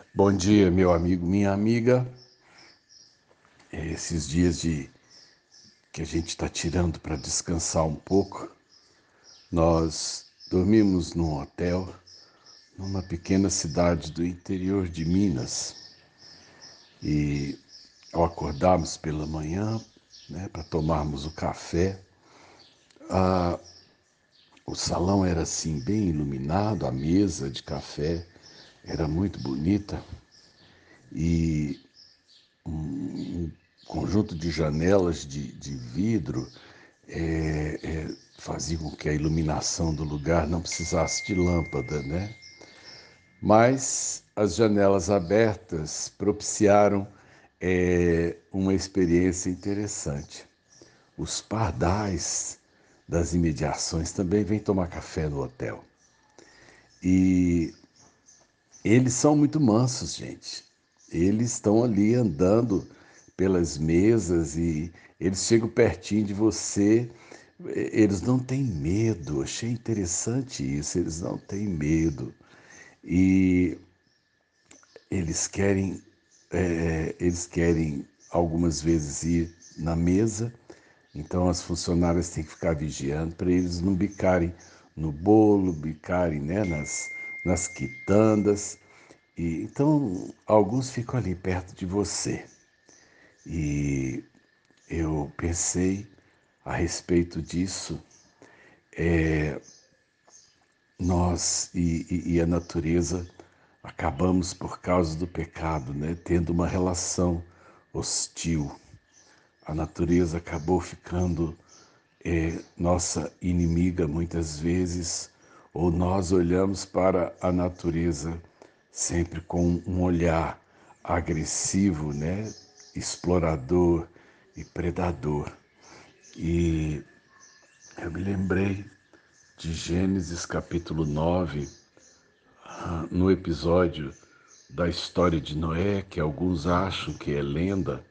Bom dia, meu amigo, minha amiga. Esses dias que a gente está tirando para descansar um pouco, nós dormimos num hotel numa pequena cidade do interior de Minas. E ao acordarmos pela manhã, né, para tomarmos o café, o salão era assim bem iluminado, a mesa de café era muito bonita e um conjunto de janelas de vidro fazia com que a iluminação do lugar não precisasse de lâmpada, né? Mas as janelas abertas propiciaram uma experiência interessante. Os pardais das imediações também vêm tomar café no hotel. E eles são muito mansos, gente. Eles estão ali andando pelas mesas e eles chegam pertinho de você. Eles não têm medo. Achei interessante isso. Eles não têm medo. E eles querem, eles querem algumas vezes ir na mesa. Então as funcionárias têm que ficar vigiando para eles não bicarem no bolo, bicarem, né, nas quitandas. E então alguns ficam ali perto de você. E eu pensei a respeito disso. Nós e a natureza acabamos por causa do pecado, né, tendo uma relação hostil. A natureza acabou ficando nossa inimiga muitas vezes, ou nós olhamos para a natureza sempre com um olhar agressivo, né? Explorador e predador. E eu me lembrei de Gênesis capítulo 9, no episódio da história de Noé, que alguns acham que é lenda,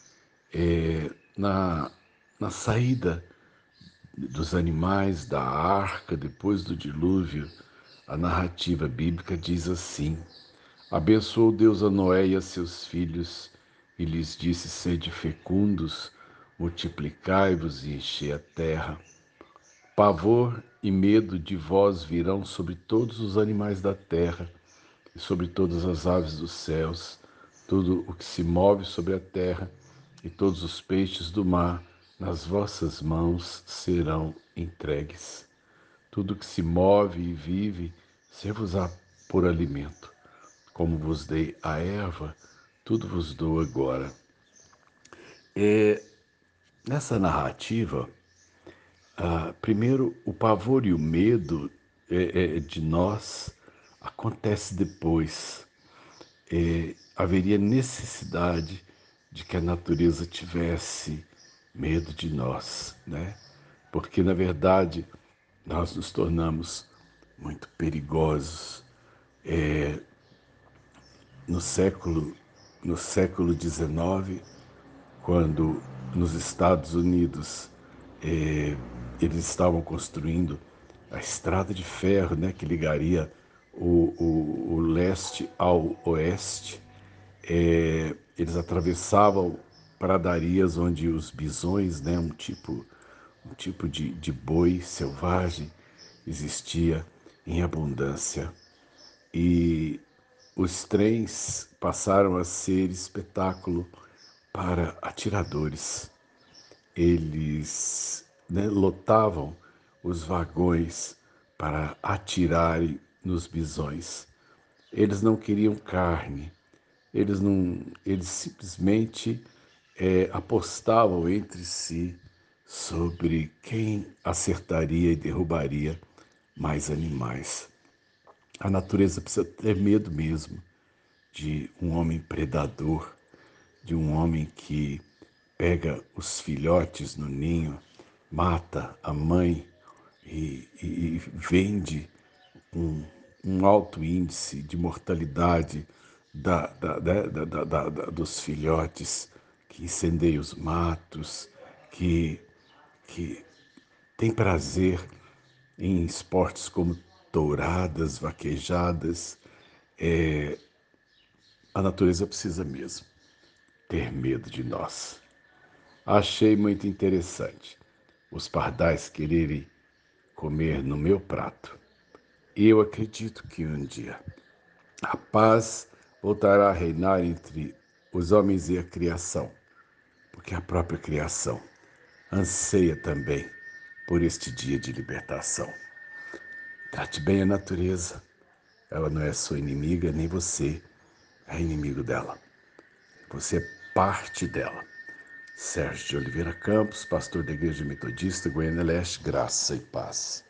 na, na saída dos animais da arca depois do dilúvio. A narrativa bíblica diz assim: abençoou Deus a Noé e a seus filhos e lhes disse: sede fecundos, multiplicai-vos e enchei a terra. Pavor e medo de vós virão sobre todos os animais da terra e sobre todas as aves dos céus, tudo o que se move sobre a terra e todos os peixes do mar, nas vossas mãos serão entregues. Tudo que se move e vive, ser-vos-á por alimento. Como vos dei a erva, tudo vos dou agora. Nessa narrativa, primeiro, o pavor e o medo de nós acontece depois. Haveria necessidade de que a natureza tivesse medo de nós, né? Porque, na verdade, nós nos tornamos muito perigosos. No século, no século XIX, quando nos Estados Unidos eles estavam construindo a estrada de ferro, né, que ligaria o leste ao oeste, eles atravessavam pradarias onde os bisões, né, um tipo de boi selvagem, existia em abundância. E os trens passaram a ser espetáculo para atiradores. Eles, né, lotavam os vagões para atirarem nos bisões. Eles não queriam carne, eles simplesmente apostavam entre si sobre quem acertaria e derrubaria mais animais. A natureza precisa ter medo mesmo de um homem predador, de um homem que pega os filhotes no ninho, mata a mãe e vende um, um alto índice de mortalidade dos filhotes, que incendeia os matos, que, que tem prazer em esportes como touradas, vaquejadas. A natureza precisa mesmo ter medo de nós. Achei muito interessante os pardais quererem comer no meu prato. E eu acredito que um dia a paz voltará a reinar entre os homens e a criação, porque a própria criação anseia também por este dia de libertação. Trate bem a natureza. Ela não é sua inimiga, nem você é inimigo dela. Você é parte dela. Sérgio de Oliveira Campos, pastor da Igreja Metodista Goiânia Leste, graça e paz.